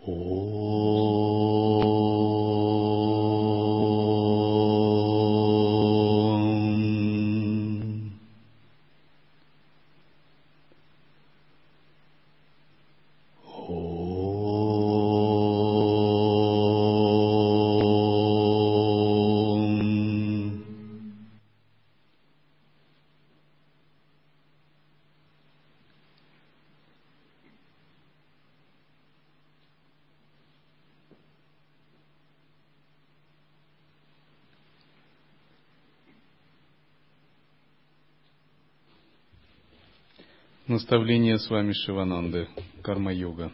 Наставление с вами Шивананды, карма-йога.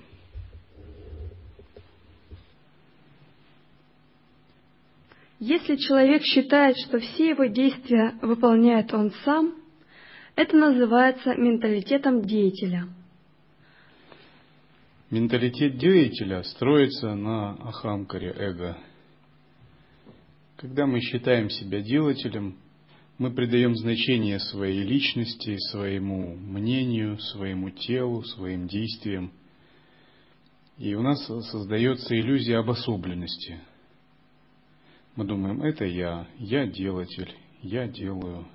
Если человек считает, что все его действия выполняет он сам, это называется менталитетом деятеля. Менталитет деятеля строится на ахамкаре, эго. Когда мы считаем себя делателем, мы придаем значение своей личности, своему мнению, своему телу, своим действиям. И у нас создается иллюзия обособленности. Мы думаем, это я делатель, я делаю.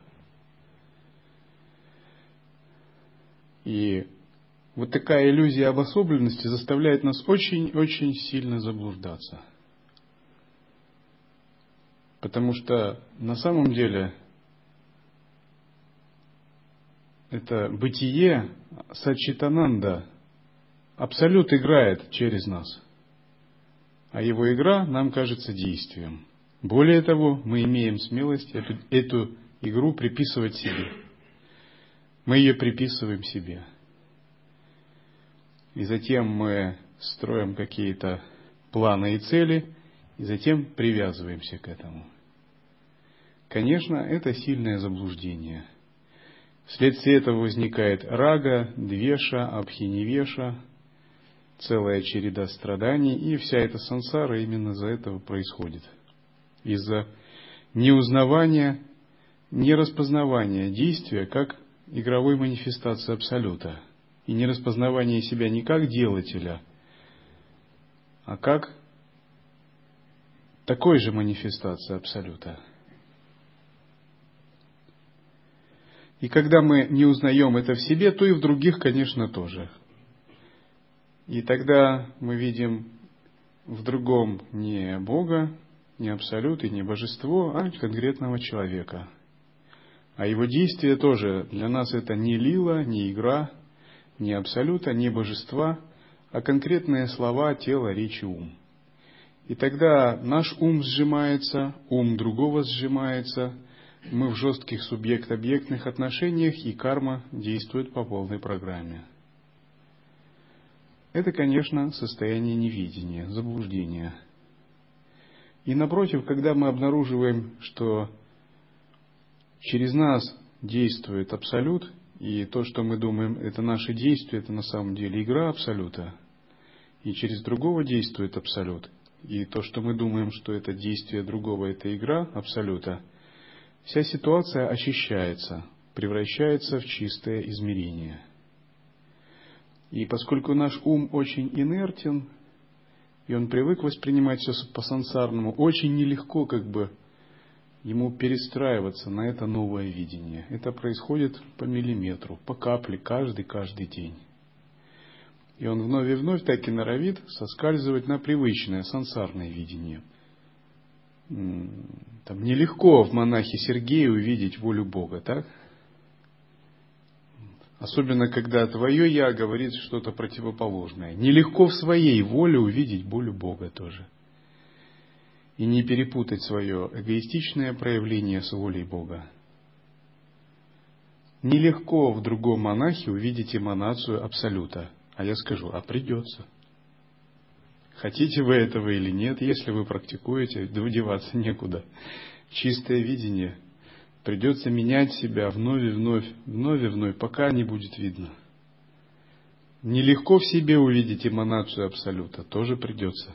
И вот такая иллюзия обособленности заставляет нас очень-очень сильно заблуждаться. Потому что на самом деле это бытие Саччитананда, Абсолют играет через нас, а его игра нам кажется действием. Более того, мы имеем смелость эту игру приписывать себе. Мы ее приписываем себе. И затем мы строим какие-то планы и цели, и затем привязываемся к этому. Конечно, это сильное заблуждение. Вследствие этого возникает рага, двеша, абхинивеша, целая череда страданий, и вся эта сансара именно из-за этого происходит. Из-за неузнавания, нераспознавания действия как игровой манифестации Абсолюта, и нераспознавания себя не как делателя, а как такой же манифестации Абсолюта. И когда мы не узнаем это в себе, то и в других, конечно, тоже. И тогда мы видим в другом не Бога, не Абсолют и не Божество, а конкретного человека. А его действия тоже для нас это не лила, не игра, не Абсолюта, не Божества, а конкретные слова, тело, речь и ум. И тогда наш ум сжимается, ум другого сжимается, мы в жестких субъект-объектных отношениях, и карма действует по полной программе. Это, конечно, состояние невидения, заблуждения. И напротив, когда мы обнаруживаем, что через нас действует Абсолют, и то, что мы думаем, это наши действия, это на самом деле игра Абсолюта, и через другого действует Абсолют, и то, что мы думаем, что это действие другого, это игра Абсолюта, вся ситуация очищается, превращается в чистое измерение. И поскольку наш ум очень инертен, и он привык воспринимать все по-сансарному, очень нелегко ему перестраиваться на это новое видение. Это происходит по миллиметру, по капле, каждый день. И он вновь и вновь так и норовит соскальзывать на привычное сансарное видение. Там нелегко в монахе Сергее увидеть волю Бога, так? Особенно, когда твое «я» говорит что-то противоположное. Нелегко в своей воле увидеть волю Бога тоже. И не перепутать свое эгоистичное проявление с волей Бога. Нелегко в другом монахе увидеть эманацию Абсолюта. А я скажу, придется. Хотите вы этого или нет, если вы практикуете, деваться некуда. Чистое видение. Придется менять себя вновь и вновь, пока не будет видно. Нелегко в себе увидеть эманацию Абсолюта, тоже придется.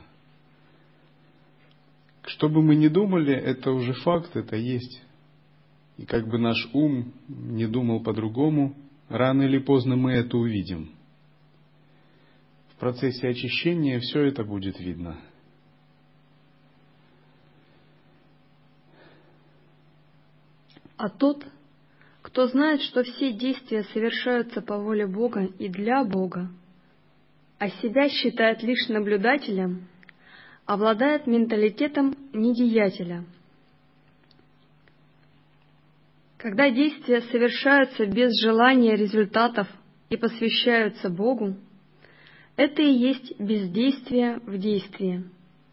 Что бы мы ни думали, это уже факт, это есть. И как бы наш ум не думал по-другому, рано или поздно мы это увидим. В процессе очищения все это будет видно. А тот, кто знает, что все действия совершаются по воле Бога и для Бога, а себя считает лишь наблюдателем, обладает менталитетом недеятеля. Когда действия совершаются без желания результатов и посвящаются Богу, это и есть бездействие в действии.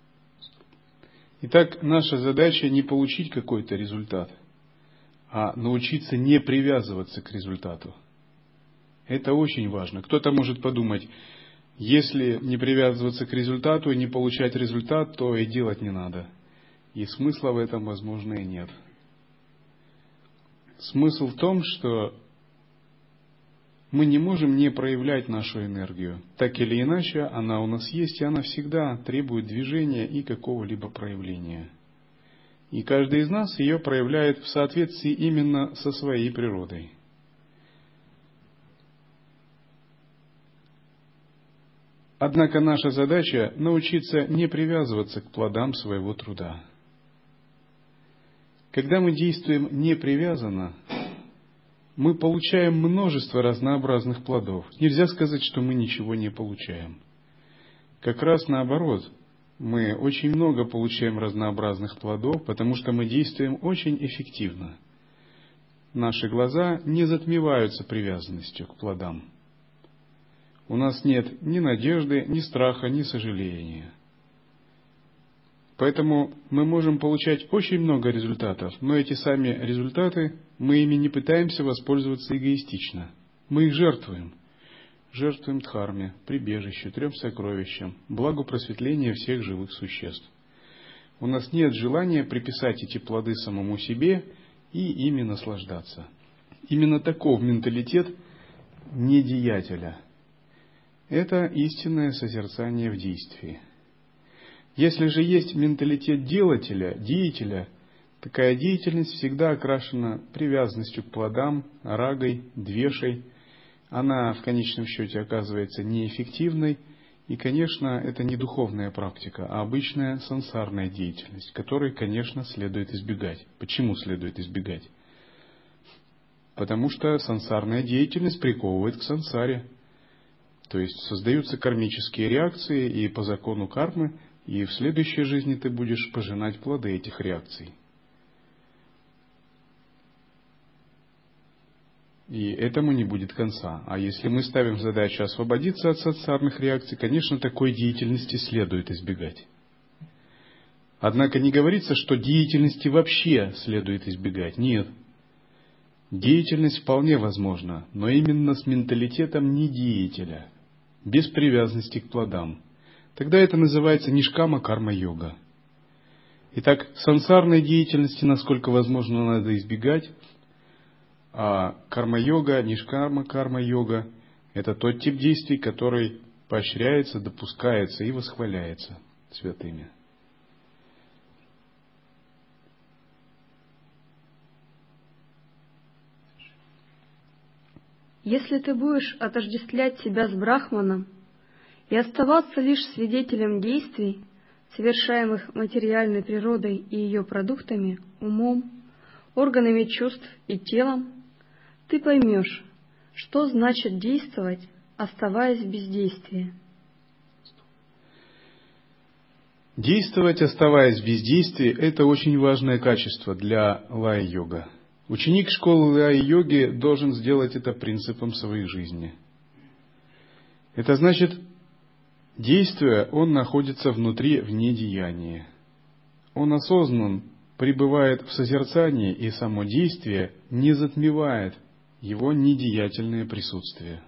Итак, наша задача не получить какой-то результат, а научиться не привязываться к результату. Это очень важно. Кто-то может подумать, если не привязываться к результату и не получать результат, то и делать не надо. И смысла в этом, возможно, и нет. Смысл в том, что мы не можем не проявлять нашу энергию. Так или иначе, она у нас есть, и она всегда требует движения и какого-либо проявления. И каждый из нас ее проявляет в соответствии именно со своей природой. Однако наша задача – научиться не привязываться к плодам своего труда. Когда мы действуем непривязанно, мы получаем множество разнообразных плодов. Нельзя сказать, что мы ничего не получаем. Как раз наоборот, мы очень много получаем разнообразных плодов, потому что мы действуем очень эффективно. Наши глаза не затмеваются привязанностью к плодам. У нас нет ни надежды, ни страха, ни сожаления. Поэтому мы можем получать очень много результатов, но эти сами результаты, мы ими не пытаемся воспользоваться эгоистично. Мы их жертвуем. Жертвуем дхарме, прибежищу, 3 сокровищам, благу просветления всех живых существ. У нас нет желания приписать эти плоды самому себе и ими наслаждаться. Именно таков менталитет недеятеля. Это истинное созерцание в действии. Если же есть менталитет делателя, деятеля, такая деятельность всегда окрашена привязанностью к плодам, рагой, двешей. Она в конечном счете оказывается неэффективной, и, конечно, это не духовная практика, а обычная сансарная деятельность, которой, конечно, следует избегать. Почему следует избегать? Потому что сансарная деятельность приковывает к сансаре. То есть создаются кармические реакции, и по закону кармы, и в следующей жизни ты будешь пожинать плоды этих реакций. И этому не будет конца. А если мы ставим задачу освободиться от сансарных реакций, конечно, такой деятельности следует избегать. Однако не говорится, что деятельности вообще следует избегать. Нет. Деятельность вполне возможна, но именно с менталитетом недеятеля, без привязанности к плодам. Тогда это называется нишкама карма-йога. Итак, сансарной деятельности, насколько возможно, надо избегать, а карма-йога, нишкама карма-йога – это тот тип действий, который поощряется, допускается и восхваляется святыми. Если ты будешь отождествлять себя с Брахманом и оставаться лишь свидетелем действий, совершаемых материальной природой и ее продуктами, умом, органами чувств и телом, ты поймешь, что значит действовать, оставаясь в бездействии. Действовать, оставаясь в бездействии, это очень важное качество для лая-йога. Ученик школы лая-йоги должен сделать это принципом своей жизни. Это значит, действуя, он находится внутри в недеянии. Он осознан, пребывает в созерцании, и само действие не затмевает его недеятельное присутствие.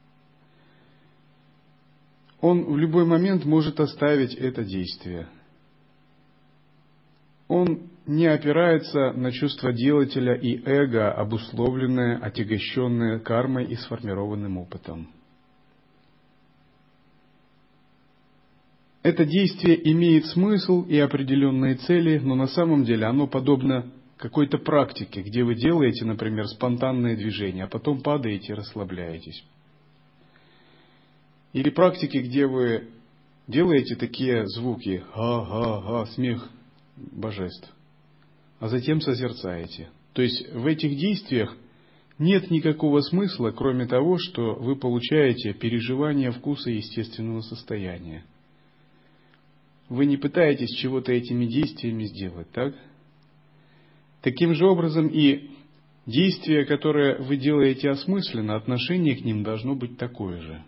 Он в любой момент может оставить это действие. Он не опирается на чувство делателя и эго, обусловленное, отягощенное кармой и сформированным опытом. Это действие имеет смысл и определенные цели, но на самом деле оно подобно какой-то практике, где вы делаете, например, спонтанное движение, а потом падаете и расслабляетесь. Или практики, где вы делаете такие звуки, га-га-га, смех божеств, а затем созерцаете. То есть в этих действиях нет никакого смысла, кроме того, что вы получаете переживание вкуса естественного состояния. Вы не пытаетесь чего-то этими действиями сделать, так? Таким же образом и действия, которые вы делаете осмысленно, отношение к ним должно быть такое же.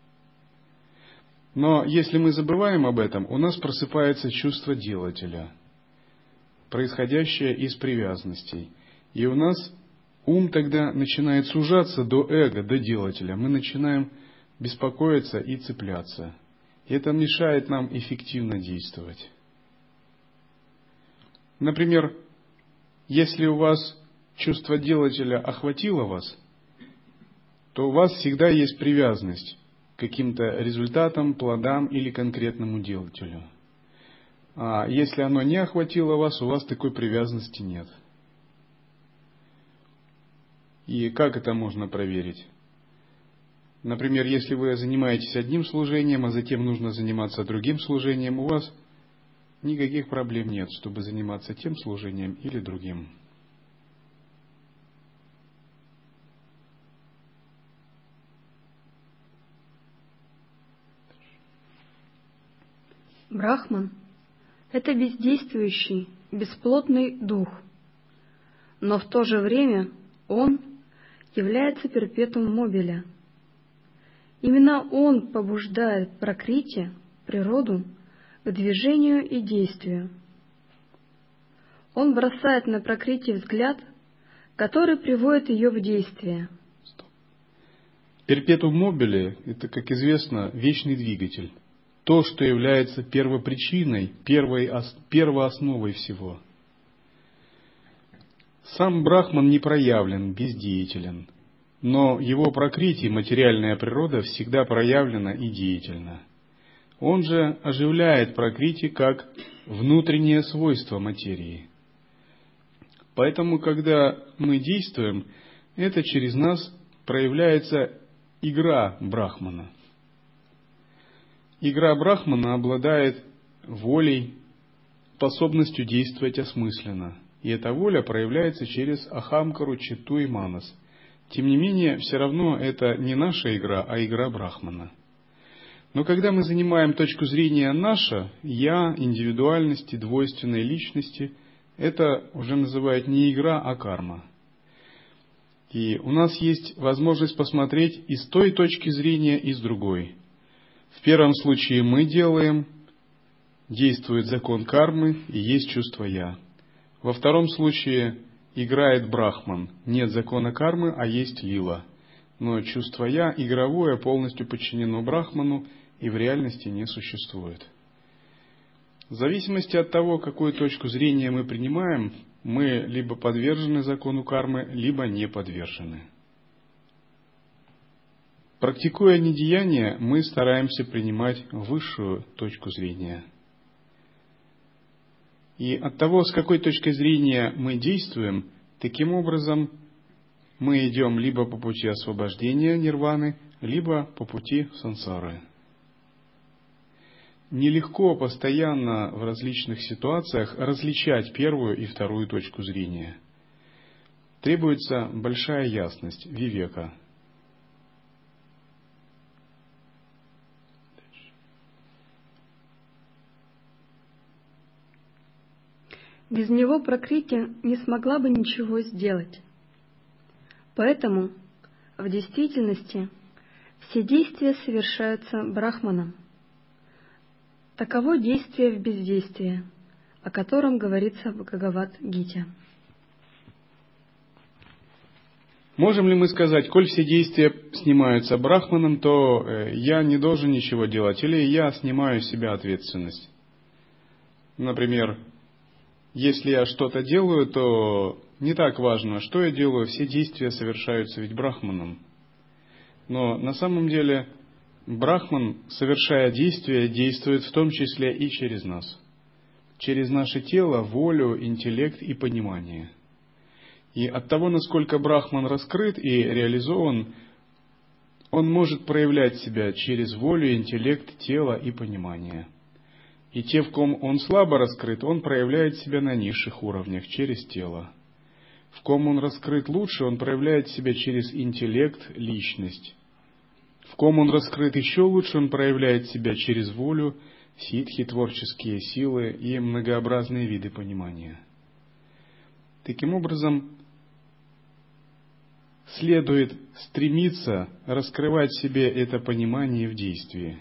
Но если мы забываем об этом, у нас просыпается чувство делателя, происходящее из привязанностей. И у нас ум тогда начинает сужаться до эго, до делателя. Мы начинаем беспокоиться и цепляться. И это мешает нам эффективно действовать. Например, если у вас чувство делателя охватило вас, то у вас всегда есть привязанность к каким-то результатам, плодам или конкретному делателю. А если оно не охватило вас, у вас такой привязанности нет. И как это можно проверить? Например, если вы занимаетесь одним служением, а затем нужно заниматься другим служением, у вас никаких проблем нет, чтобы заниматься тем служением или другим. Брахман – это бездействующий, бесплотный дух, но в то же время он является перпетуум мобиле. Именно он побуждает пракрити, природу, к движению и действию. Он бросает на пракрити взгляд, который приводит ее в действие. Перпетуум мобиле – это, как известно, вечный двигатель. То, что является первопричиной, первоосновой всего. Сам Брахман не проявлен, бездеятелен, но его пракрити, материальная природа, всегда проявлена и деятельна. Он же оживляет пракрити как внутреннее свойство материи. Поэтому, когда мы действуем, это через нас проявляется игра Брахмана. Игра Брахмана обладает волей, способностью действовать осмысленно. И эта воля проявляется через Ахамкару, Читту и Манас. Тем не менее, все равно это не наша игра, а игра Брахмана. Но когда мы занимаем точку зрения наша, я, индивидуальности, двойственной личности, это уже называют не игра, а карма. И у нас есть возможность посмотреть и с той точки зрения, и с другой. В первом случае мы делаем, действует закон кармы и есть чувство «я». Во втором случае играет Брахман, нет закона кармы, а есть лила. Но чувство «я» игровое полностью подчинено Брахману и в реальности не существует. В зависимости от того, какую точку зрения мы принимаем, мы либо подвержены закону кармы, либо не подвержены. Практикуя недеяние, мы стараемся принимать высшую точку зрения. И от того, с какой точки зрения мы действуем, таким образом мы идем либо по пути освобождения нирваны, либо по пути сансары. Нелегко постоянно в различных ситуациях различать первую и вторую точку зрения. Требуется большая ясность, вивека. Без него пракрити не смогла бы ничего сделать. Поэтому, в действительности, все действия совершаются Брахманом. Таково действие в бездействии, о котором говорится в Бхагавад-гите. Можем ли мы сказать, коль все действия снимаются Брахманом, то я не должен ничего делать, или я снимаю с себя ответственность? Например, если я что-то делаю, то не так важно, что я делаю, все действия совершаются ведь Брахманом. Но на самом деле Брахман, совершая действия, действует в том числе и через нас. Через наше тело, волю, интеллект и понимание. И от того, насколько Брахман раскрыт и реализован, он может проявлять себя через волю, интеллект, тело и понимание. И те, в ком он слабо раскрыт, он проявляет себя на низших уровнях, через тело. В ком он раскрыт лучше, он проявляет себя через интеллект, личность. В ком он раскрыт еще лучше, он проявляет себя через волю, ситхи, творческие силы и многообразные виды понимания. Таким образом, следует стремиться раскрывать в себе это понимание в действии.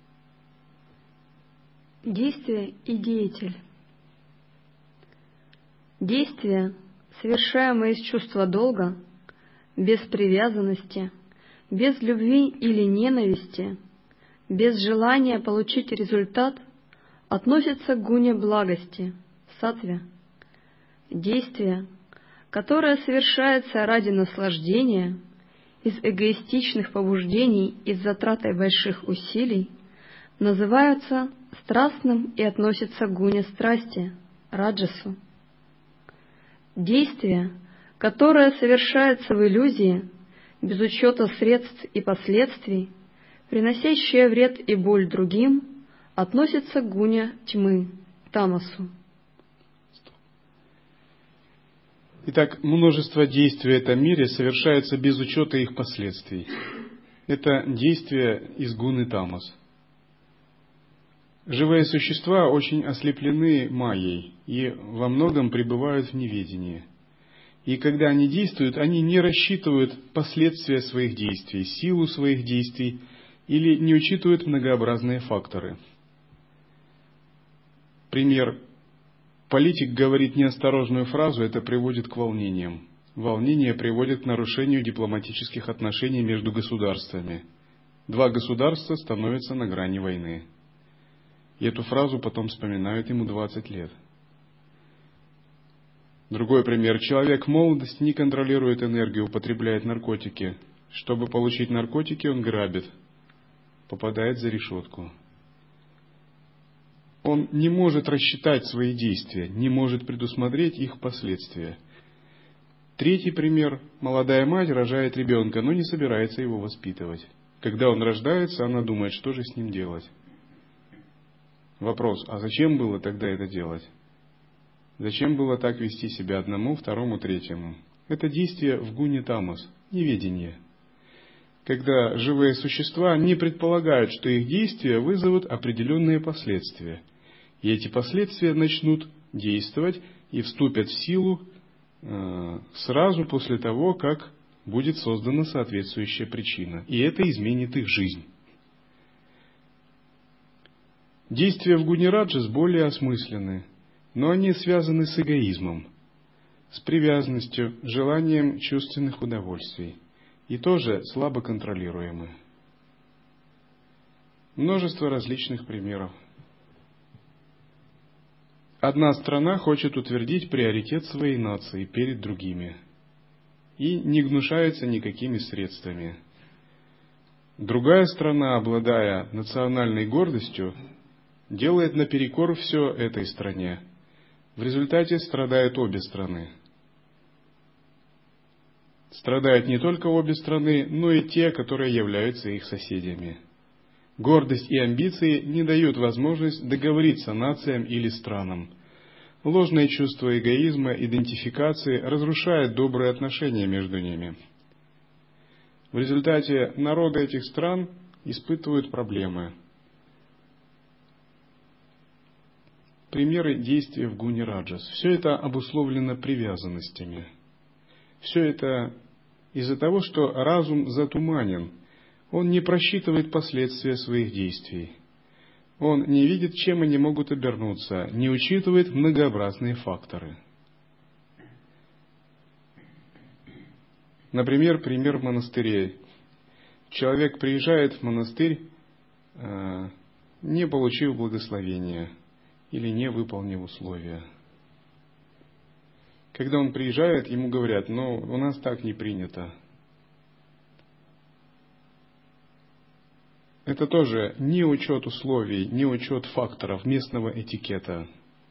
Действие и деятель. Действие, совершаемое из чувства долга, без привязанности, без любви или ненависти, без желания получить результат, относится к гуне благости, саттве. Действие, которое совершается ради наслаждения, из эгоистичных побуждений и с затратой больших усилий, называются страстным и относится к гуне страсти, раджасу. Действие, которое совершается в иллюзии, без учета средств и последствий, приносящее вред и боль другим, относится к гуне тьмы, тамасу. Итак, множество действий в этом мире совершается без учета их последствий. Это действия из гуны тамас. Живые существа очень ослеплены майей и во многом пребывают в неведении. И когда они действуют, они не рассчитывают последствия своих действий, силу своих действий или не учитывают многообразные факторы. Пример. Политик говорит неосторожную фразу, это приводит к волнениям. Волнение приводит к нарушению дипломатических отношений между государствами. Два государства становятся на грани войны. И эту фразу потом вспоминают ему 20 лет. Другой пример. Человек в молодости не контролирует энергию, употребляет наркотики. Чтобы получить наркотики, он грабит, попадает за решетку. Он не может рассчитать свои действия, не может предусмотреть их последствия. Третий пример. Молодая мать рожает ребенка, но не собирается его воспитывать. Когда он рождается, она думает, что же с ним делать. Вопрос, а зачем было тогда это делать? Зачем было так вести себя одному, второму, третьему? Это действие в гуне тамас, неведение. Когда живые существа не предполагают, что их действия вызовут определенные последствия. И эти последствия начнут действовать и вступят в силу сразу после того, как будет создана соответствующая причина. И это изменит их жизнь. Действия в гуне раджас более осмысленны, но они связаны с эгоизмом, с привязанностью, желанием чувственных удовольствий и тоже слабо контролируемы. Множество различных примеров. Одна страна хочет утвердить приоритет своей нации перед другими и не гнушается никакими средствами. Другая страна, обладая национальной гордостью, делает наперекор все этой стране. В результате страдают обе страны. Страдают не только обе страны, но и те, которые являются их соседями. Гордость и амбиции не дают возможность договориться нациям или странам. Ложное чувство эгоизма, идентификации разрушает добрые отношения между ними. В результате народы этих стран испытывают проблемы. Примеры действия в гуне раджас. Все это обусловлено привязанностями. Все это из-за того, что разум затуманен. Он не просчитывает последствия своих действий. Он не видит, чем они могут обернуться, не учитывает многообразные факторы. Например, пример монастырей. Человек приезжает в монастырь, не получив благословения или не выполнив условия. Когда он приезжает, ему говорят, но у нас так не принято. Это тоже не учет условий, не учет факторов местного этикета.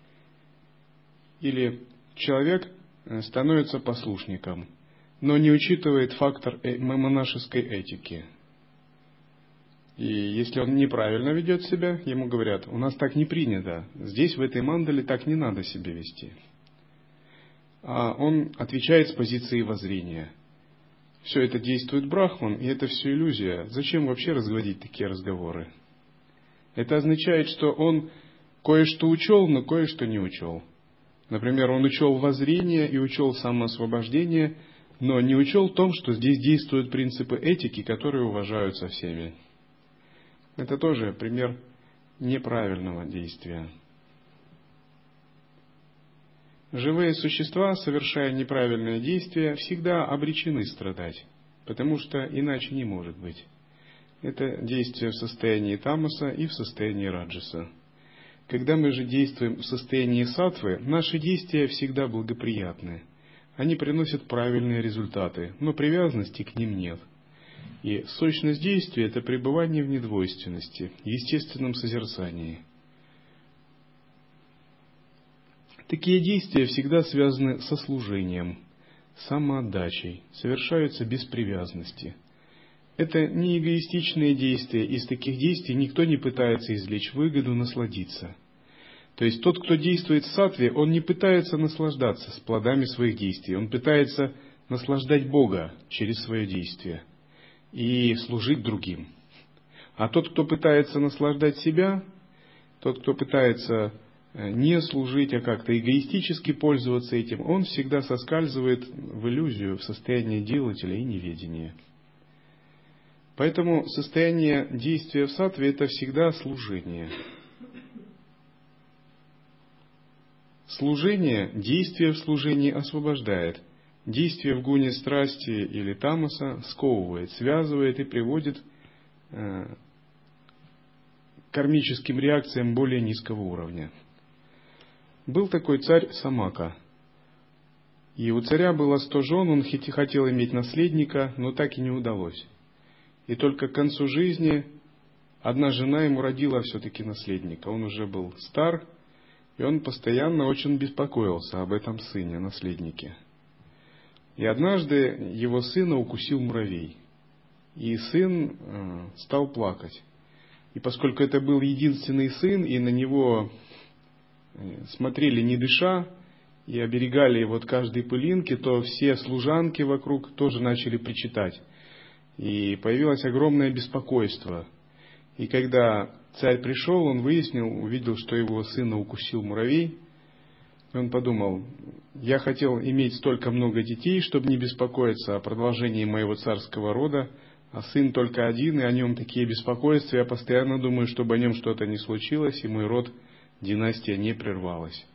Или человек становится послушником, но не учитывает фактор монашеской этики. И если он неправильно ведет себя, ему говорят: у нас так не принято, здесь в этой мандале так не надо себя вести. А он отвечает с позиции воззрения. Все это действует Брахман, и это все иллюзия. Зачем вообще разводить такие разговоры? Это означает, что он кое-что учел, но кое-что не учел. Например, он учел воззрение и учел самоосвобождение, но не учел в том, что здесь действуют принципы этики, которые уважаются всеми. Это тоже пример неправильного действия. Живые существа, совершая неправильные действия, всегда обречены страдать, потому что иначе не может быть. Это действие в состоянии тамаса и в состоянии раджаса. Когда мы же действуем в состоянии саттвы, наши действия всегда благоприятны. Они приносят правильные результаты, но привязанности к ним нет. И сущность действия – это пребывание в недвойственности, в естественном созерцании. Такие действия всегда связаны со служением, самоотдачей, совершаются без привязанности. Это не эгоистичные действия, из таких действий никто не пытается извлечь выгоду, насладиться. То есть тот, кто действует в саттве, он не пытается наслаждаться с плодами своих действий, он пытается наслаждать Бога через свое действие и служить другим. А тот, кто пытается наслаждать себя, тот, кто пытается не служить, а как-то эгоистически пользоваться этим, он всегда соскальзывает в иллюзию, в состояние делателя и неведения. Поэтому состояние действия в саттве – это всегда служение. Служение, действие в служении освобождает. Действие в гуне страсти или тамаса сковывает, связывает и приводит к кармическим реакциям более низкого уровня. Был такой царь Самака. И у царя было 100 жен, он хотел иметь наследника, но так и не удалось. И только к концу жизни одна жена ему родила все-таки наследника. Он уже был стар, и он постоянно очень беспокоился об этом сыне, наследнике. И однажды его сына укусил муравей. И сын стал плакать. И поскольку это был единственный сын, и на него смотрели не дыша, и оберегали его от каждой пылинки, то все служанки вокруг тоже начали причитать. И появилось огромное беспокойство. И когда царь пришел, он увидел, что его сына укусил муравей. И он подумал: я хотел иметь столько много детей, чтобы не беспокоиться о продолжении моего царского рода, а сын только один, и о нем такие беспокойства, я постоянно думаю, чтобы о нем что-то не случилось, и мой род, династия не прервалась.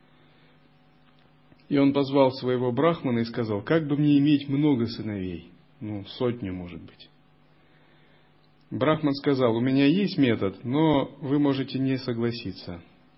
И он позвал своего брахмана и сказал: как бы мне иметь много сыновей? 100, может быть. Брахман сказал: у меня есть метод, но вы можете не согласиться.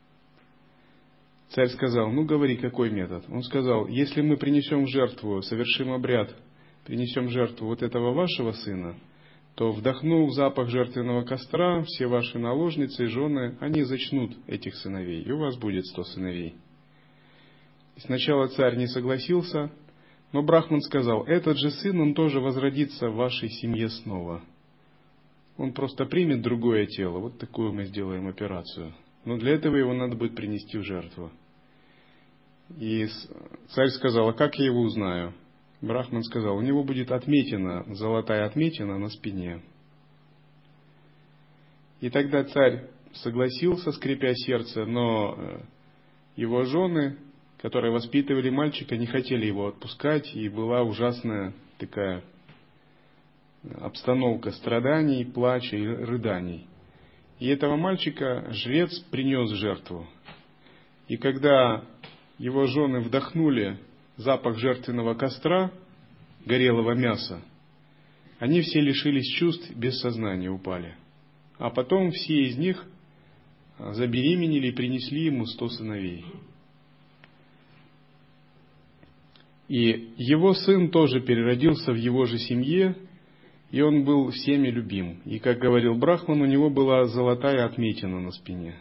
Царь сказал: говори, какой метод? Он сказал: если мы принесем в жертву, совершим обряд, принесем в жертву вот этого вашего сына, то, вдохнув запах жертвенного костра, все ваши наложницы и жены, они зачнут этих сыновей, и у вас будет 100 сыновей. И сначала царь не согласился, но Брахман сказал: этот же сын, он тоже возродится в вашей семье снова. Он просто примет другое тело, вот такую мы сделаем операцию. Но для этого его надо будет принести в жертву. И царь сказал: а как я его узнаю? Брахман сказал: у него будет отметина, золотая отметина на спине. И тогда царь согласился, скрипя сердце, но его жены, которые воспитывали мальчика, не хотели его отпускать, и была ужасная такая обстановка страданий, плача и рыданий. И этого мальчика жрец принес в жертву. И когда его жены вдохнули запах жертвенного костра, горелого мяса, они все лишились чувств, без сознания упали. А потом все из них забеременели и принесли ему 100 сыновей. И его сын тоже переродился в его же семье, и он был всеми любим. И, как говорил Брахман, у него была золотая отметина на спине.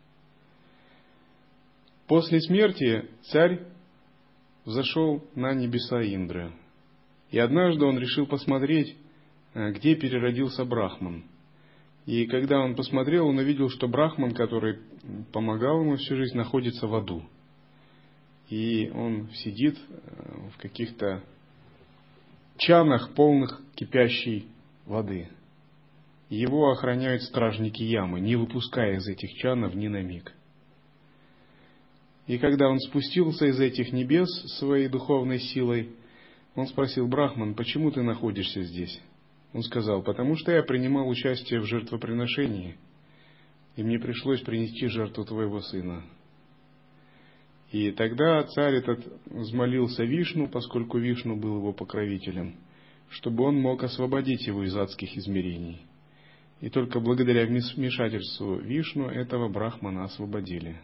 После смерти царь взошел на небеса Индры. И однажды он решил посмотреть, где переродился Брахман. И когда он посмотрел, он увидел, что брахман, который помогал ему всю жизнь, находится в аду. И он сидит в каких-то чанах, полных кипящей воды. Его охраняют стражники ямы, не выпуская из этих чанов ни на миг. И когда он спустился из этих небес своей духовной силой, он спросил: брахман, почему ты находишься здесь? Он сказал: потому что я принимал участие в жертвоприношении, и мне пришлось принести жертву твоего сына. И тогда царь этот взмолился Вишну, поскольку Вишну был его покровителем, чтобы он мог освободить его из адских измерений. И только благодаря вмешательству Вишну этого брахмана освободили.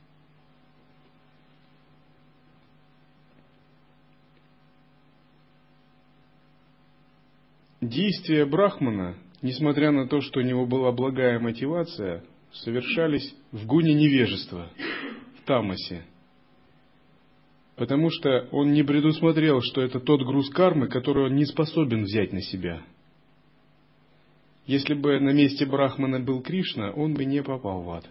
Действия брахмана, несмотря на то, что у него была благая мотивация, совершались в гуне невежества, в тамасе. Потому что он не предусмотрел, что это тот груз кармы, который он не способен взять на себя. Если бы на месте брахмана был Кришна, он бы не попал в ад.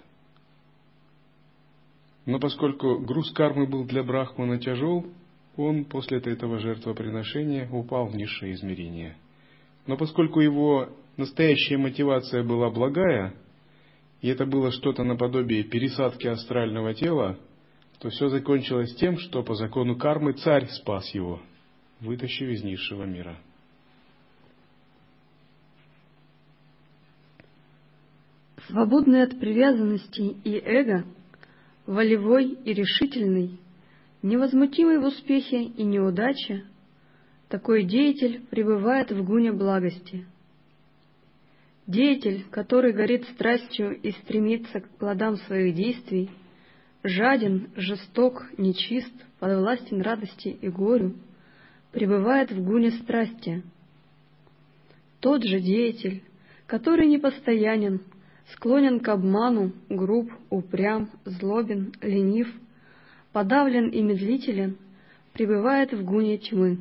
Но поскольку груз кармы был для брахмана тяжел, он после этого жертвоприношения упал в низшее измерение. Но поскольку его настоящая мотивация была благая, и это было что-то наподобие пересадки астрального тела, то все закончилось тем, что по закону кармы царь спас его, вытащив из низшего мира. Свободный от привязанностей и эго, волевой и решительный, невозмутимый в успехе и неудаче, такой деятель пребывает в гуне благости. Деятель, который горит страстью и стремится к плодам своих действий, жаден, жесток, нечист, подвластен радости и горю, пребывает в гуне страсти. Тот же деятель, который непостоянен, склонен к обману, груб, упрям, злобен, ленив, подавлен и медлителен, пребывает в гуне тьмы.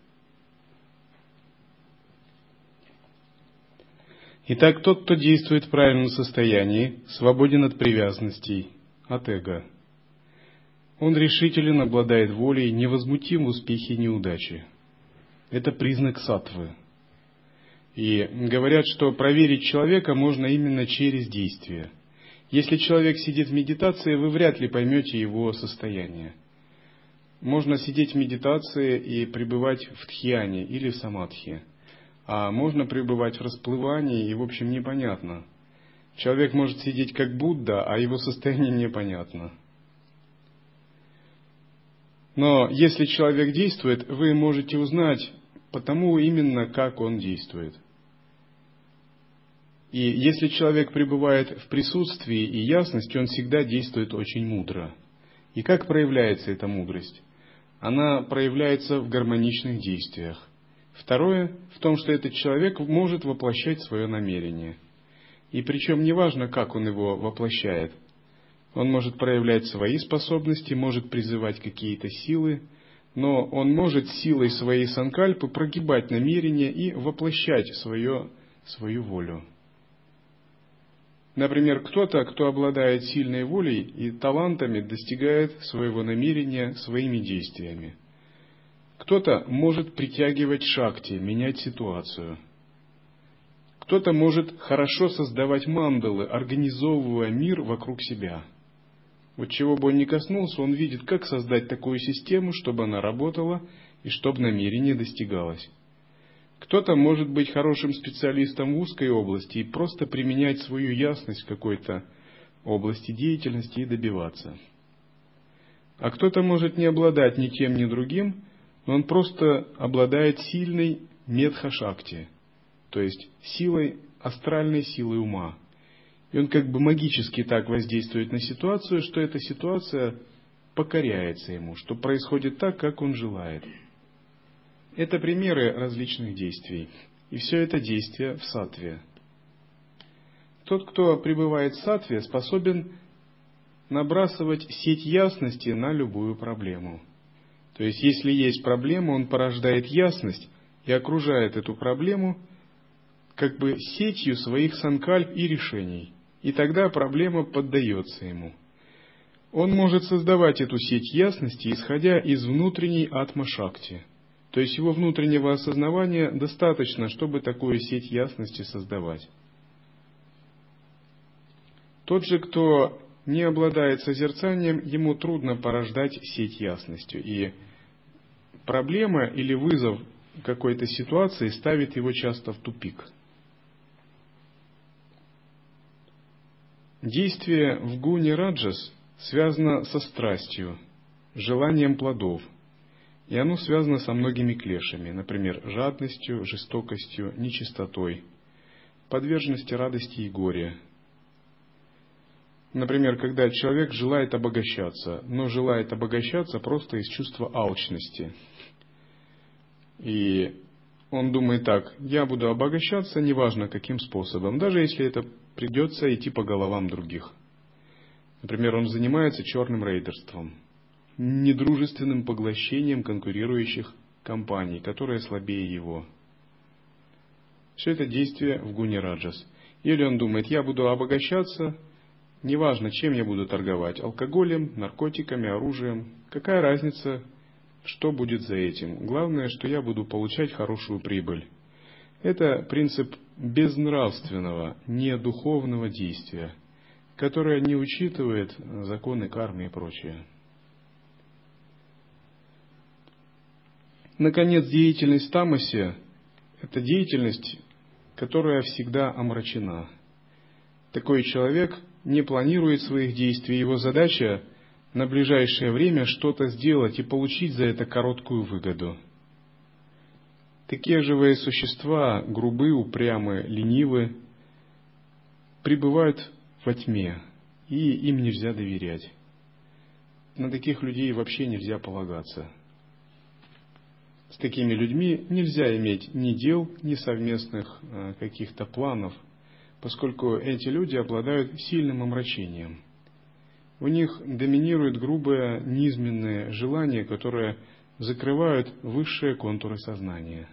Итак, тот, кто действует в правильном состоянии, свободен от привязанностей, от эго. Он решителен, обладает волей, невозмутим в успехе и неудаче. Это признак саттвы. И говорят, что проверить человека можно именно через действие. Если человек сидит в медитации, вы вряд ли поймете его состояние. Можно сидеть в медитации и пребывать в дхьяне или в самадхи. А можно пребывать в расплывании, и, в общем, непонятно. Человек может сидеть как Будда, а его состояние непонятно. Но если человек действует, вы можете узнать потому именно, как он действует. И если человек пребывает в присутствии и ясности, он всегда действует очень мудро. И как проявляется эта мудрость? Она проявляется в гармоничных действиях. Второе, в том, что этот человек может воплощать свое намерение. И причем неважно, как он его воплощает. Он может проявлять свои способности, может призывать какие-то силы, но он может силой своей санкальпы прогибать намерение и воплощать свою волю. Например, кто-то, кто обладает сильной волей и талантами, достигает своего намерения своими действиями. Кто-то может притягивать шакти, менять ситуацию. Кто-то может хорошо создавать мандалы, организовывая мир вокруг себя. Вот чего бы он ни коснулся, он видит, как создать такую систему, чтобы она работала и чтобы намерение достигалось. Кто-то может быть хорошим специалистом в узкой области и просто применять свою ясность в какой-то области деятельности и добиваться. А кто-то может не обладать ни тем, ни другим, но он просто обладает сильной медха-шакти, то есть астральной силой ума. И он как бы магически так воздействует на ситуацию, что эта ситуация покоряется ему, что происходит так, как он желает. Это примеры различных действий. И все это действия в саттве. Тот, кто пребывает в саттве, способен набрасывать сеть ясности на любую проблему. То есть, если есть проблема, он порождает ясность и окружает эту проблему как бы сетью своих санкальп и решений. И тогда проблема поддается ему. Он может создавать эту сеть ясности, исходя из внутренней атма-шакти. То есть его внутреннего осознавания достаточно, чтобы такую сеть ясности создавать. Тот же, кто не обладает созерцанием, ему трудно порождать сеть ясностью. И проблема или вызов какой-то ситуации ставит его часто в тупик. Действие в гуне раджас связано со страстью, желанием плодов. И оно связано со многими клешами, например, жадностью, жестокостью, нечистотой, подверженностью радости и горя. Например, когда человек желает обогащаться, но желает обогащаться просто из чувства алчности. И он думает так: я буду обогащаться неважно каким способом, даже если это придется идти по головам других. Например, он занимается черным рейдерством, недружественным поглощением конкурирующих компаний, которые слабее его. Все это действие в гуне раджас. Или он думает: я буду обогащаться, неважно, чем я буду торговать, алкоголем, наркотиками, оружием. Какая разница, что будет за этим? Главное, что я буду получать хорошую прибыль. Это принцип безнравственного, недуховного действия, которое не учитывает законы кармы и прочее. Наконец, деятельность в тамасе – это деятельность, которая всегда омрачена. Такой человек не планирует своих действий, его задача на ближайшее время что-то сделать и получить за это короткую выгоду. Такие живые существа, грубы, упрямы, ленивы, пребывают во тьме, и им нельзя доверять. На таких людей вообще нельзя полагаться. С такими людьми нельзя иметь ни дел, ни совместных каких-то планов, поскольку эти люди обладают сильным омрачением. У них доминируют грубые, низменные желания, которые закрывают высшие контуры сознания.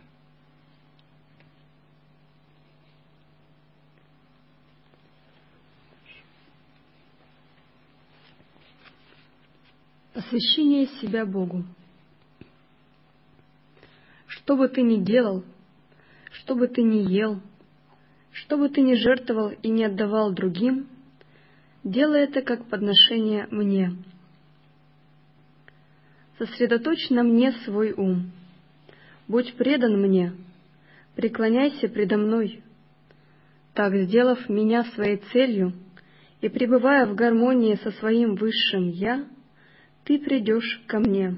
Посвящение себя Богу. Что бы ты ни делал, что бы ты ни ел, что бы ты ни жертвовал и не отдавал другим, делай это как подношение мне. Сосредоточь на мне свой ум. Будь предан мне, преклоняйся предо мной. Так, сделав меня своей целью и пребывая в гармонии со своим высшим «Я», ты придешь ко мне.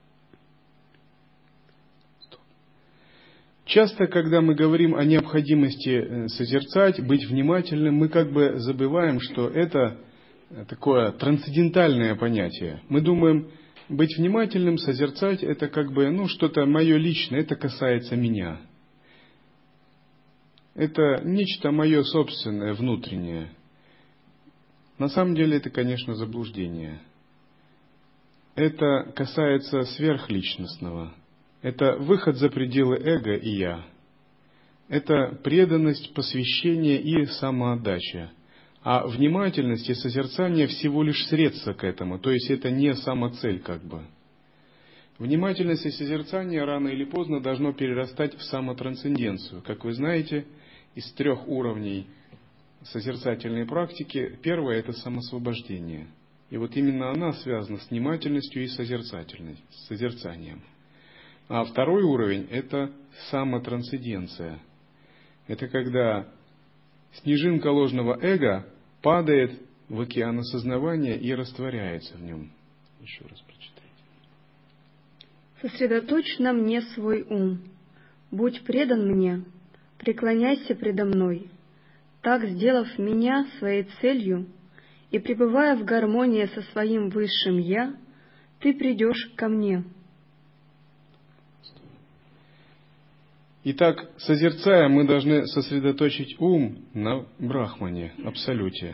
Часто, когда мы говорим о необходимости созерцать, быть внимательным, мы как бы забываем, что это такое трансцендентальное понятие. Мы думаем, быть внимательным, созерцать, это как бы что-то мое личное, это касается меня. Это нечто мое собственное, внутреннее. На самом деле это, конечно, заблуждение. Это касается сверхличностного. Это выход за пределы эго и я. Это преданность, посвящение и самоотдача. А внимательность и созерцание всего лишь средство к этому, то есть это не самоцель как бы. Внимательность и созерцание рано или поздно должно перерастать в самотрансценденцию. Как вы знаете, из 3 уровней созерцательной практики первое – это самосвобождение. И вот именно она связана с внимательностью и созерцанием. А 2-й уровень – это самотрансценденция. Это когда снежинка ложного эго падает в океан осознавания и растворяется в нем. Еще раз прочитайте. Сосредоточь на мне свой ум. Будь предан мне, преклоняйся предо мной. Так, сделав меня своей целью и пребывая в гармонии со своим высшим «Я», ты придешь ко мне. Итак, созерцая, мы должны сосредоточить ум на Брахмане, Абсолюте.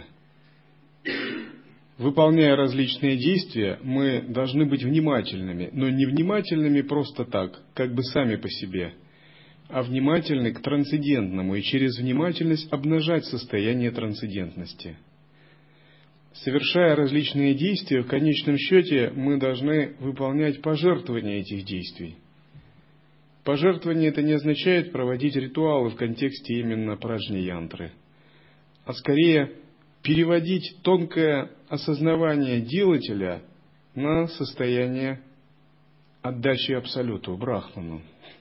Выполняя различные действия, мы должны быть внимательными, но не внимательными просто так, как бы сами по себе. а внимательны к трансцендентному, и через внимательность обнажать состояние трансцендентности. Совершая различные действия, в конечном счете мы должны выполнять пожертвования этих действий. Пожертвование это не означает проводить ритуалы в контексте именно праджня-янтры, а скорее переводить тонкое осознавание делателя на состояние отдачи Абсолюту, Брахману.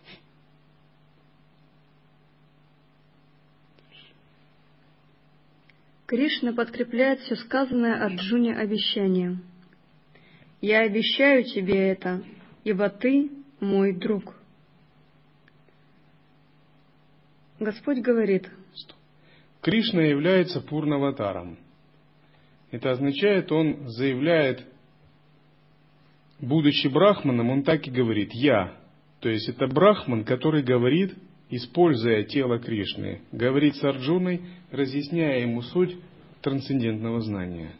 Кришна подкрепляет все сказанное Арджуне обещанием. «Я обещаю тебе это, ибо ты мой друг». Господь говорит: Кришна является Пурнаватаром. Это означает, он заявляет, будучи Брахманом, он так и говорит «я». То есть это Брахман, который говорит, используя тело Кришны, говорит с Арджуной, разъясняя ему суть трансцендентного знания.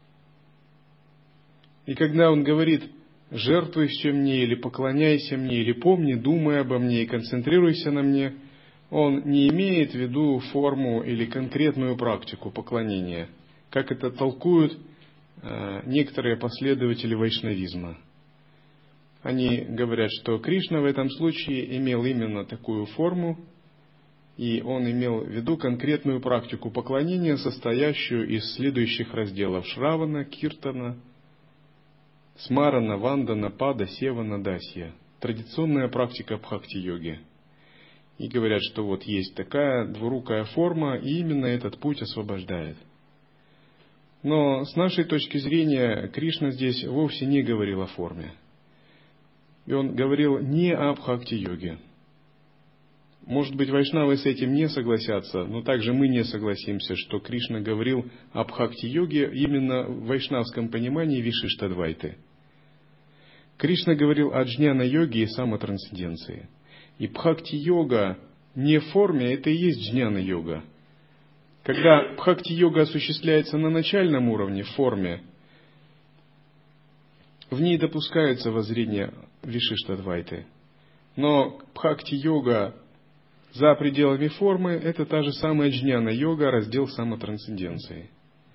И когда он говорит «жертвуй все мне», или «поклоняйся мне», или «помни, думай обо мне и концентрируйся на мне», он не имеет в виду форму или конкретную практику поклонения, как это толкуют некоторые последователи вайшнавизма. Они говорят, что Кришна в этом случае имел именно такую форму, и он имел в виду конкретную практику поклонения, состоящую из следующих разделов: Шравана, Киртана, Смарана, Вандана, Пада, Севана, Дасья. Традиционная практика бхакти-йоги. И говорят, что вот есть такая двурукая форма, и именно этот путь освобождает. Но с нашей точки зрения Кришна здесь вовсе не говорил о форме. И он говорил не о бхакти-йоге. Может быть, вайшнавы с этим не согласятся, но также мы не согласимся, что Кришна говорил о бхакти-йоге именно в вайшнавском понимании Вишиштадвайты. Кришна говорил о джняна-йоге и самотрансценденции. И бхакти-йога не в форме, это и есть джняна-йога. Когда бхакти-йога осуществляется на начальном уровне, в форме, в ней допускаются воззрения Вишиштадвайты. Но бхакти-йога за пределами формы – это та же самая джняна-йога, раздел самотрансценденции.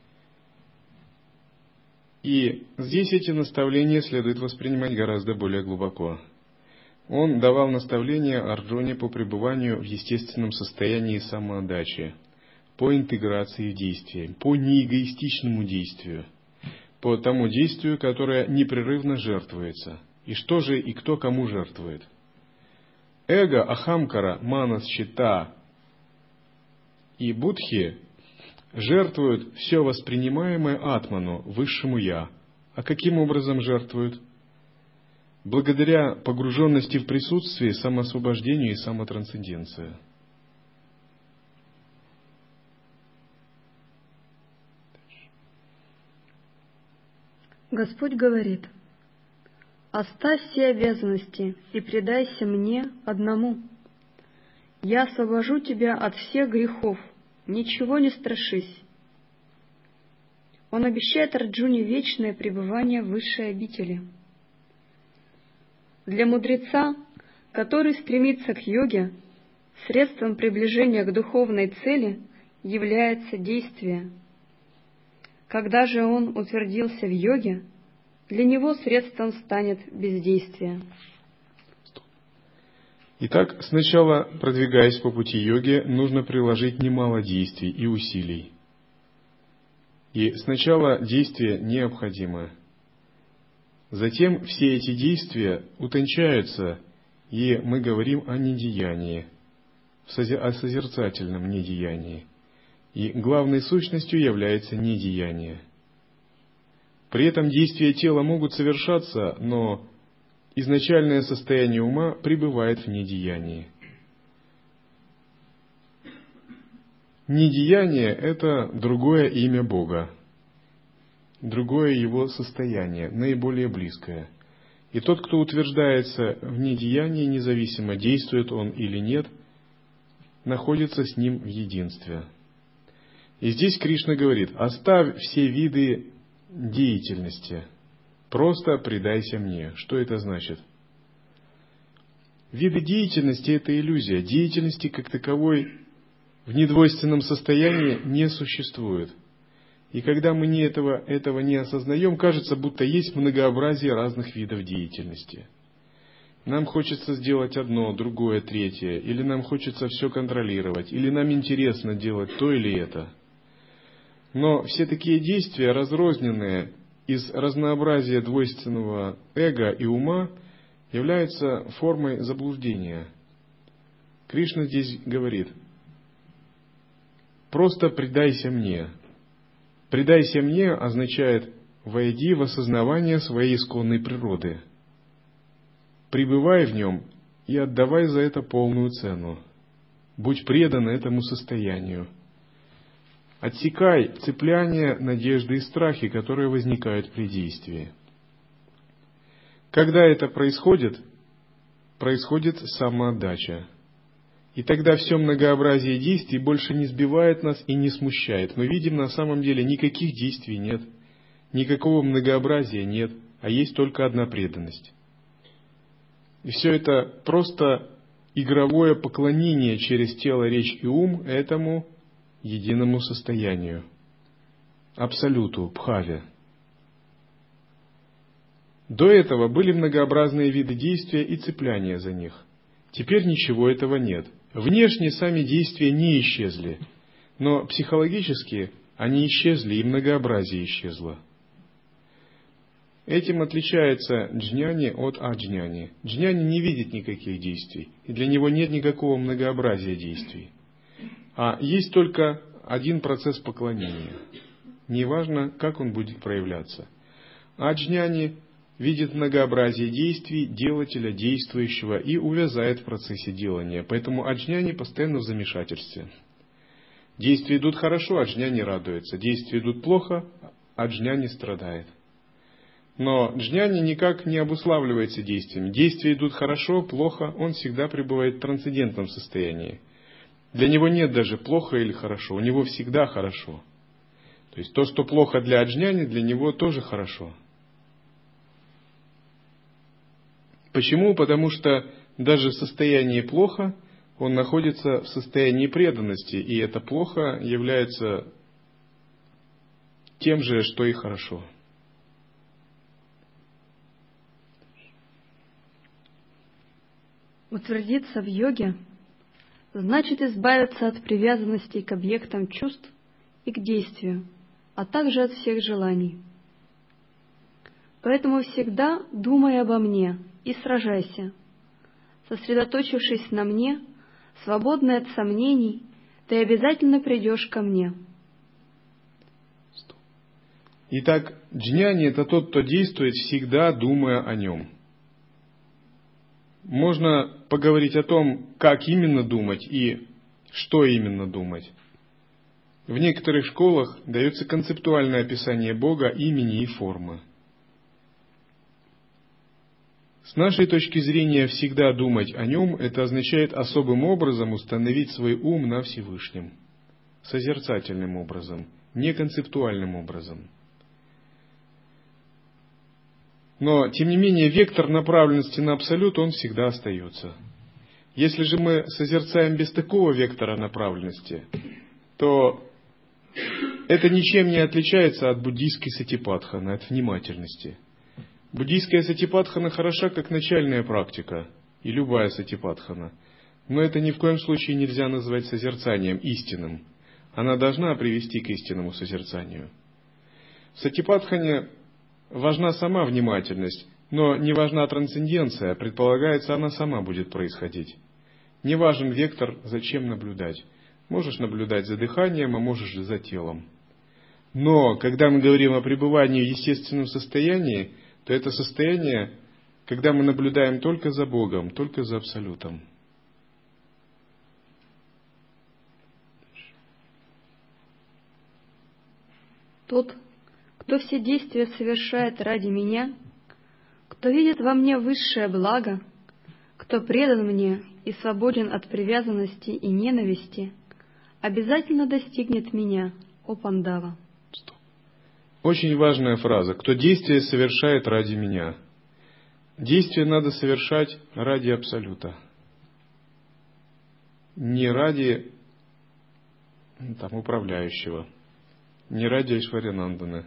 И здесь эти наставления следует воспринимать гораздо более глубоко. Он давал наставления Арджуне по пребыванию в естественном состоянии самоотдачи, по интеграции в действие, по неэгоистичному действию, по тому действию, которое непрерывно жертвуется. И что же и кто кому жертвует? Эго, ахамкара, манас, чита и будхи жертвуют все воспринимаемое атману, высшему я. А каким образом жертвуют? Благодаря погруженности в присутствие, самоосвобождению и самотрансценденции. Господь говорит: «Оставь все обязанности и предайся мне одному. Я освобожу тебя от всех грехов, ничего не страшись». Он обещает Арджуне вечное пребывание в высшей обители. Для мудреца, который стремится к йоге, средством приближения к духовной цели является действие. Когда же он утвердился в йоге, для него средством станет бездействие. Итак, сначала, продвигаясь по пути йоги, нужно приложить немало действий и усилий. И сначала действие необходимо. Затем все эти действия утончаются, и мы говорим о недеянии, о созерцательном недеянии. И главной сущностью является недеяние. При этом действия тела могут совершаться, но изначальное состояние ума пребывает в недеянии. Недеяние – это другое имя Бога, другое Его состояние, наиболее близкое. И тот, кто утверждается в недеянии, независимо, действует он или нет, находится с Ним в единстве. И здесь Кришна говорит: оставь все виды деятельности, просто предайся мне. Что это значит? Виды деятельности – это иллюзия. Деятельности как таковой в недвойственном состоянии не существует. И когда мы этого не осознаем, кажется, будто есть многообразие разных видов деятельности. Нам хочется сделать одно, другое, третье, или нам хочется все контролировать, или нам интересно делать то или это. Но все такие действия, разрозненные из разнообразия двойственного эго и ума, являются формой заблуждения. Кришна здесь говорит: просто предайся мне. Предайся мне означает: войди в осознавание своей исконной природы. Пребывай в нем и отдавай за это полную цену. Будь предан этому состоянию. Отсекай цепляния, надежды и страхи, которые возникают при действии. Когда это происходит, происходит самоотдача. И тогда все многообразие действий больше не сбивает нас и не смущает. Мы видим, на самом деле никаких действий нет, никакого многообразия нет, а есть только одна преданность. И все это просто игровое поклонение через тело, речь и ум этому единому состоянию, абсолюту, бхаве. До этого были многообразные виды действия и цепляния за них. Теперь ничего этого нет. Внешне сами действия не исчезли, но психологически они исчезли, и многообразие исчезло. Этим отличается джняни от аджняни. Джняни не видит никаких действий, и для него нет никакого многообразия действий. А есть только один процесс поклонения. Неважно, как он будет проявляться. Аджняни видит многообразие действий делателя, действующего, и увязает в процессе делания. Поэтому аджняни постоянно в замешательстве. Действия идут хорошо, аджняни радуется. Действия идут плохо, аджняни страдает. Но джняни никак не обуславливается действиями. Действия идут хорошо, плохо, он всегда пребывает в трансцендентном состоянии. Для него нет даже плохо или хорошо, у него всегда хорошо. То есть то, что плохо для аджняни, для него тоже хорошо. Почему? Потому что даже в состоянии плохо он находится в состоянии преданности, и это плохо является тем же, что и хорошо. Утвердиться в йоге значит избавиться от привязанности к объектам чувств и к действию, а также от всех желаний. Поэтому всегда думай обо мне и сражайся. Сосредоточившись на мне, свободный от сомнений, ты обязательно придешь ко мне. Итак, джняни – это тот, кто действует, всегда думая о нем. Можно поговорить о том, как именно думать и что именно думать. В некоторых школах дается концептуальное описание Бога, имени и формы. С нашей точки зрения, всегда думать о нем – это означает особым образом установить свой ум на Всевышнем, созерцательным образом, не концептуальным образом. Но, тем не менее, вектор направленности на абсолют, он всегда остается. Если же мы созерцаем без такого вектора направленности, то это ничем не отличается от буддийской сатипатханы, от внимательности. Буддийская сатипатхана хороша как начальная практика, и любая сатипатхана, но это ни в коем случае нельзя назвать созерцанием истинным. Она должна привести к истинному созерцанию. В сатипатхане важна сама внимательность, но не важна трансценденция, предполагается, она сама будет происходить. Не важен вектор, зачем наблюдать. Можешь наблюдать за дыханием, а можешь за телом. Но, когда мы говорим о пребывании в естественном состоянии, то это состояние, когда мы наблюдаем только за Богом, только за Абсолютом. Тот, кто все действия совершает ради меня, кто видит во мне высшее благо, кто предан мне и свободен от привязанности и ненависти, обязательно достигнет меня, о Пандава. Очень важная фраза. Кто действие совершает ради меня. Действие надо совершать ради Абсолюта. Не ради управляющего, не ради Айшварянанданы,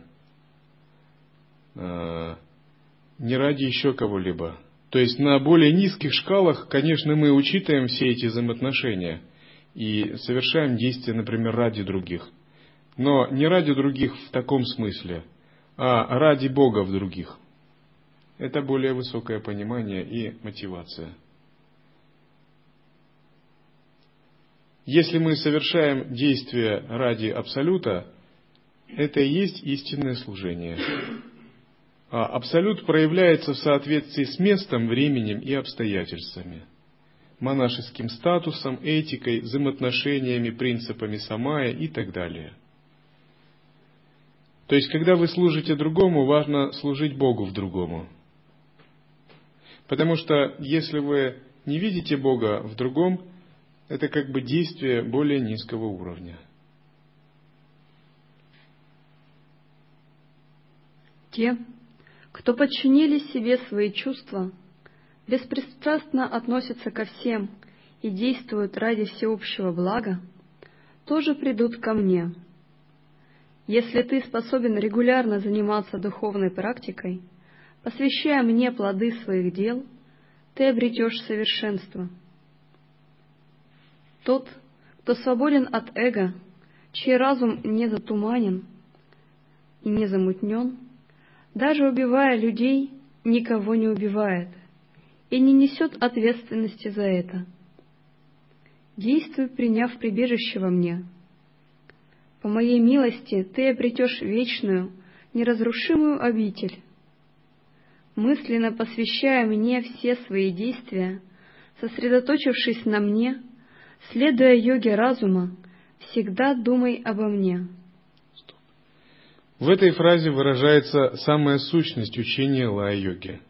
не ради еще кого-либо. То есть на более низких шкалах, конечно, мы учитываем все эти взаимоотношения и совершаем действия, например, ради других. Но не ради других в таком смысле, а ради Бога в других. Это более высокое понимание и мотивация. Если мы совершаем действия ради Абсолюта, это и есть истинное служение. А Абсолют проявляется в соответствии с местом, временем и обстоятельствами, монашеским статусом, этикой, взаимоотношениями, принципами самая и так далее. То есть, когда вы служите другому, важно служить Богу в другому. Потому что, если вы не видите Бога в другом, это как бы действие более низкого уровня. Те, кто подчинили себе свои чувства, беспристрастно относятся ко всем и действуют ради всеобщего блага, тоже придут ко мне. Если ты способен регулярно заниматься духовной практикой, посвящая мне плоды своих дел, ты обретешь совершенство. Тот, кто свободен от эго, чей разум не затуманен и не замутнен, даже убивая людей, никого не убивает и не несет ответственности за это. Действуй, приняв прибежище во мне. По моей милости ты обретешь вечную, неразрушимую обитель. Мысленно посвящая мне все свои действия, сосредоточившись на мне, следуя йоге разума, всегда думай обо мне. В этой фразе выражается самая сущность учения лая-йоги.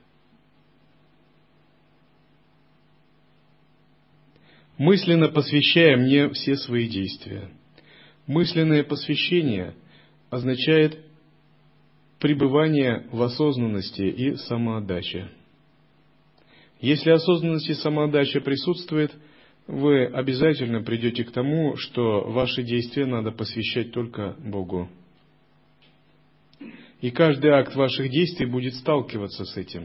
Мысленно посвящая мне все свои действия. Мысленное посвящение означает пребывание в осознанности и самоотдаче. Если осознанность и самоотдача присутствует, вы обязательно придете к тому, что ваши действия надо посвящать только Богу. И каждый акт ваших действий будет сталкиваться с этим.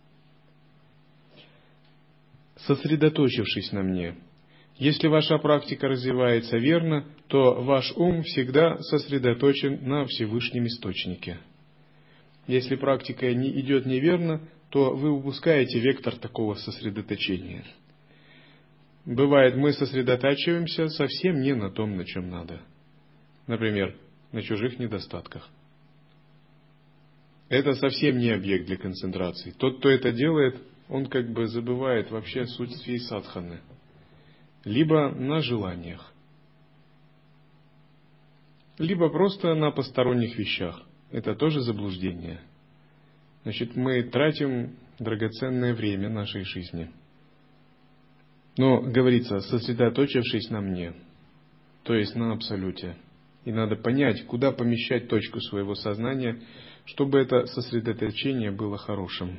Сосредоточившись на мне. Если ваша практика развивается верно, то ваш ум всегда сосредоточен на Всевышнем Источнике. Если практика не идет неверно, то вы упускаете вектор такого сосредоточения. Бывает, мы сосредотачиваемся совсем не на том, на чем надо. Например, на чужих недостатках. Это совсем не объект для концентрации. Тот, кто это делает, он как бы забывает вообще суть всей садханы. Либо на желаниях, либо просто на посторонних вещах. Это тоже заблуждение. Значит, мы тратим драгоценное время нашей жизни. Но, говорится, сосредоточившись на мне, то есть на Абсолюте. И надо понять, куда помещать точку своего сознания, чтобы это сосредоточение было хорошим.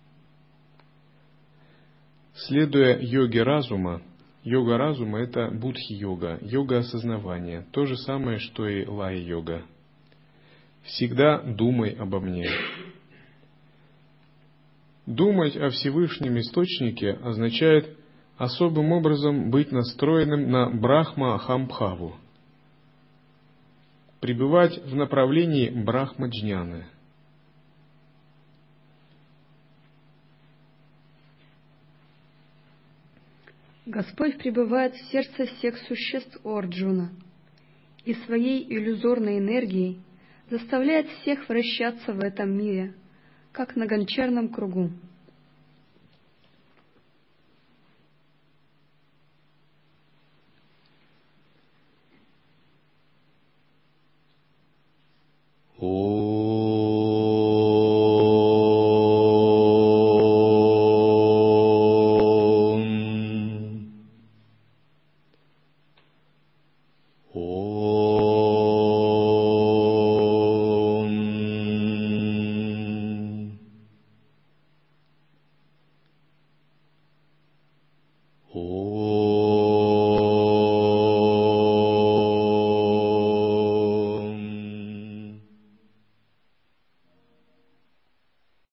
Следуя йоге разума, йога разума – это будхи-йога, йога осознавания, то же самое, что и лая-йога. Всегда думай обо мне. Думать о Всевышнем Источнике означает особым образом быть настроенным на Брахма-Ахамбхаву, пребывать в направлении Брахма-джняны. Господь пребывает в сердце всех существ, о Арджуна, и своей иллюзорной энергией заставляет всех вращаться в этом мире, как на гончарном кругу.